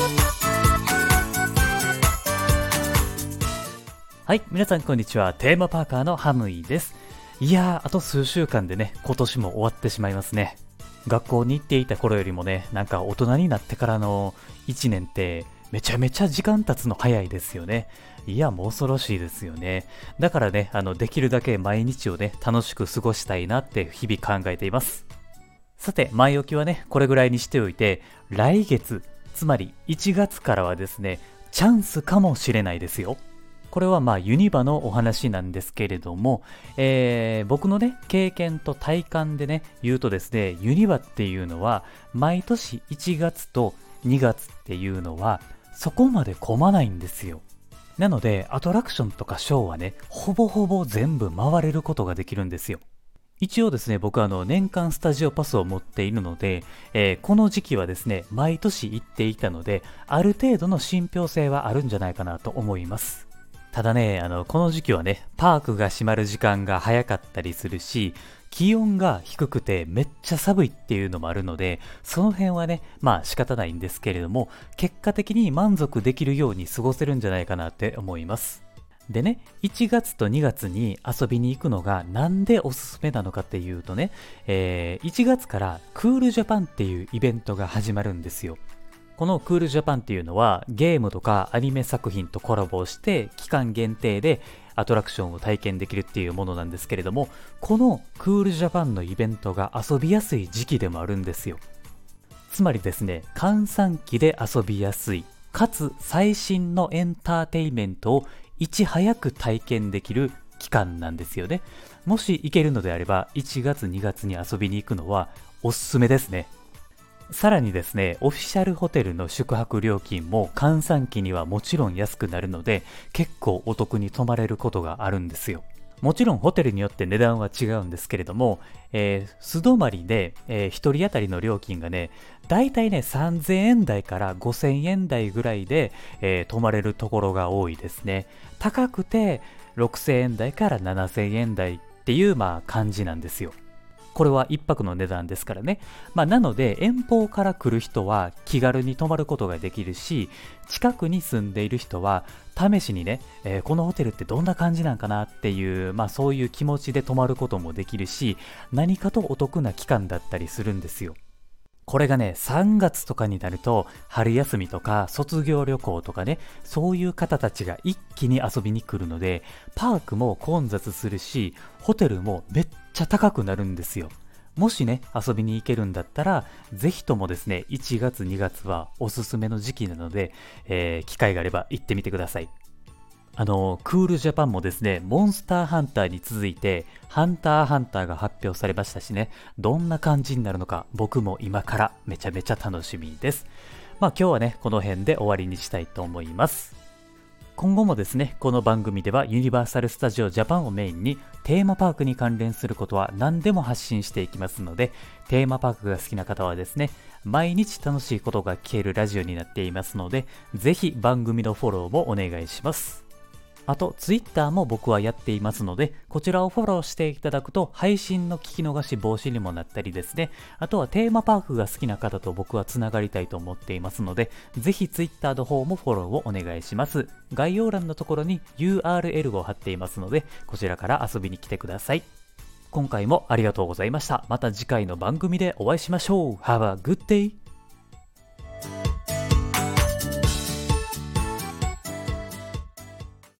はい、皆さんこんにちは。テーマパーカーのハムイです。いやー、あと数週間でね、今年も終わってしまいますね。学校に行っていた頃よりもね、なんか大人になってからの1年ってめちゃめちゃ時間経つの早いですよね。いや、もう恐ろしいですよね。だからね、できるだけ毎日をね、楽しく過ごしたいなって日々考えています。さて、前置きはね、これぐらいにしておいて、来月、つまり1月からはですね、チャンスかもしれないですよ。これはまあユニバのお話なんですけれども、僕のね経験と体感でね言うとですね、ユニバっていうのは毎年1月と2月っていうのはそこまで混まないんですよ。なのでアトラクションとかショーはねほぼほぼ全部回れることができるんですよ。一応ですね、僕は年間スタジオパスを持っているので、この時期はですね毎年行っていたので、ある程度の信憑性はあるんじゃないかなと思います。ただね、この時期はね、パークが閉まる時間が早かったりするし、気温が低くてめっちゃ寒いっていうのもあるので、その辺はね、まあ仕方ないんですけれども、結果的に満足できるように過ごせるんじゃないかなって思います。でね、1月と2月に遊びに行くのがなんでおすすめなのかっていうとね、1月からクールジャパンっていうイベントが始まるんですよ。このクールジャパンっていうのはゲームとかアニメ作品とコラボをして期間限定でアトラクションを体験できるっていうものなんですけれども、このクールジャパンのイベントが遊びやすい時期でもあるんですよ。つまりですね、閑散期で遊びやすいかつ最新のエンターテインメントをいち早く体験できる期間なんですよね。もし行けるのであれば1月2月に遊びに行くのはおすすめですね。さらにですね、オフィシャルホテルの宿泊料金も閑散期にはもちろん安くなるので、結構お得に泊まれることがあるんですよ。もちろんホテルによって値段は違うんですけれども、素泊まりで、1人当たりの料金がね、だいたいね、3000円台から5000円台ぐらいで、泊まれるところが多いですね。高くて6000円台から7000円台っていうまあ感じなんですよ。これは一泊の値段ですからね。まあ、なので遠方から来る人は気軽に泊まることができるし、近くに住んでいる人は試しにね、このホテルってどんな感じなんかなっていう、まあそういう気持ちで泊まることもできるし、何かとお得な期間だったりするんですよ。これがね、3月とかになると、春休みとか卒業旅行とかね、そういう方たちが一気に遊びに来るので、パークも混雑するし、ホテルもめっちゃ高くなるんですよ。もしね、遊びに行けるんだったら、ぜひともですね、1月2月はおすすめの時期なので、機会があれば行ってみてください。クールジャパンもですね、モンスターハンターに続いて、ハンターハンターが発表されましたしね、どんな感じになるのか、僕も今からめちゃめちゃ楽しみです。まあ今日はね、この辺で終わりにしたいと思います。今後もですね、この番組ではユニバーサル・スタジオ・ジャパンをメインにテーマパークに関連することは何でも発信していきますので、テーマパークが好きな方はですね、毎日楽しいことが聞けるラジオになっていますので、ぜひ番組のフォローもお願いします。あと、ツイッターも僕はやっていますので、こちらをフォローしていただくと、配信の聞き逃し防止にもなったりですね、あとはテーマパークが好きな方と僕はつながりたいと思っていますので、ぜひツイッターの方もフォローをお願いします。概要欄のところに URL を貼っていますので、こちらから遊びに来てください。今回もありがとうございました。また次回の番組でお会いしましょう。Have a good day!